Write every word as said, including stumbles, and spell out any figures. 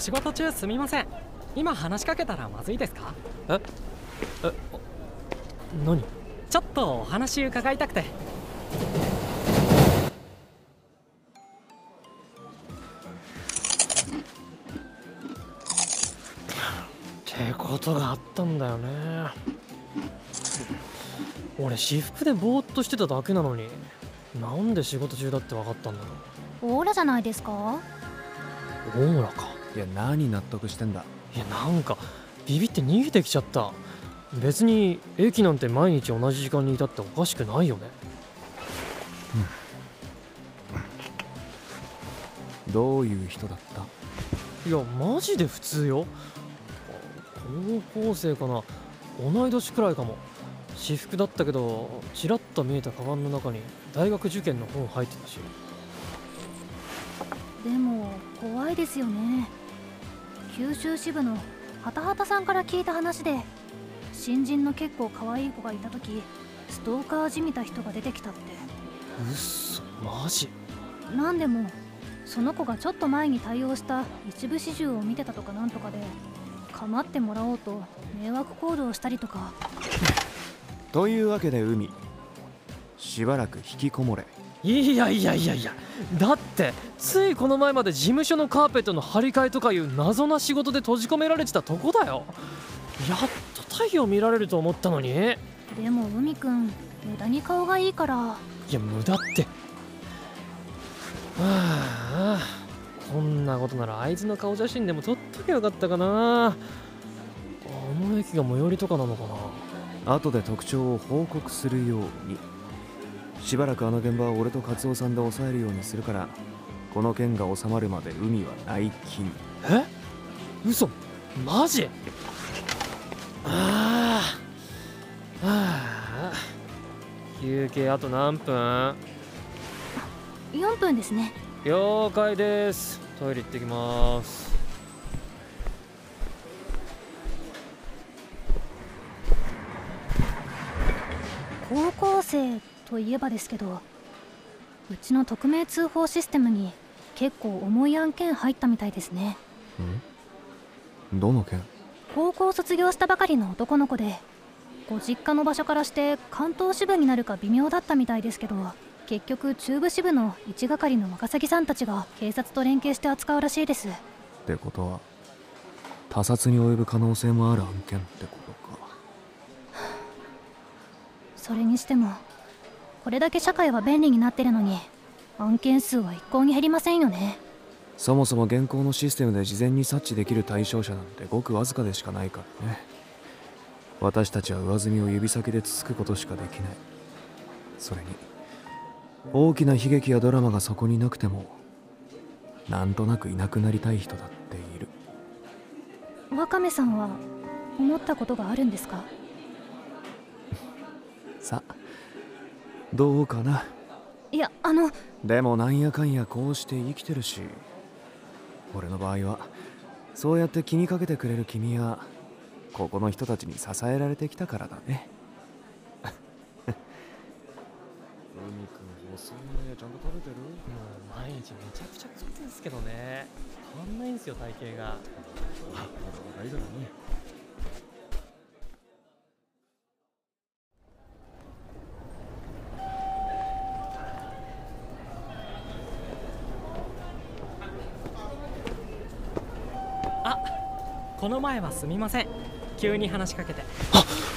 仕事中すみません。今話しかけたらまずいですか？ ええ何？ ちょっとお話伺いたくて。 ってことがあったんだよね。俺私服でぼーっとしてただけなのに、なんで仕事中だって分かったんだろオーラじゃないですか？ う。オーラか。 いや、何納得してんだ。 いや、なんかビビって逃げてきちゃった。別に駅なんて毎日同じ時間にいたっておかしくないよね。 うん、どういう人だった？ いや、マジで普通よ。高校生かな、同い年くらいかも。私服だったけど、ちらっと見えたカバンの中に大学受験の本入ってたし。 でも怖いですよね。九州支部のハタハタさんから聞いた話で、新人の結構可愛い子がいた時、ストーカーじみた人が出てきたって。 うっそ、マジ？ なんでもその子がちょっと前に対応した一部始終を見てたとかなんとかで、構ってもらおうと迷惑行動をしたりとか。 というわけで海、しばらく引きこもれ。 いやいやいやいや、だってついこの前まで事務所のカーペットの張り替えとかいう謎な仕事で閉じ込められてたとこだよ。やっと太陽見られると思ったのに。 でも海くん、無駄に顔がいいから。 いや、無駄って。はあ、こんなことならあいつの顔写真でも撮っときゃよかったかな。あの駅が最寄りとかなのかな。 後で特徴を報告するように。しばらくあの現場は俺とカツオさんで抑えるようにするから、この件が収まるまで海は内勤。 え？嘘？マジ？ああ、はあ、休憩あと何分？ よんぷんですね。 了解です。トイレ行ってきます。 高校生といえばですけど、うちの匿名通報システムに結構重い案件入ったみたいですね。 ん？どの件？ 高校卒業したばかりの男の子で、ご実家の場所からして関東支部になるか微妙だったみたいですけど、結局中部支部の一係のワカサギさんたちが警察と連携して扱うらしいです。 ってことは他殺に及ぶ可能性もある案件ってことか。 それにしてもこれだけ社会は便利になってるのに、案件数は一向に減りませんよね。 そもそも現行のシステムで事前に察知できる対象者なんてごくわずかでしかないからね。私たちは上積みを指先でつつくことしかできない。それに大きな悲劇やドラマがそこになくても、なんとなくいなくなりたい人だっている。 ワカメさんは思ったことがあるんですか？ さあ、どうかな。 いや、あのでもなんやかんやこうして生きてるし、俺の場合はそうやって気にかけてくれる君やここの人たちに支えられてきたからだね。海くん、細いね。ちゃんと食べてる？ もう毎日めちゃくちゃ食ってんすけどね、変わんないんすよ、体型が。 あ、大丈夫だね。 あ、この前はすみません。急に話しかけて。 あっ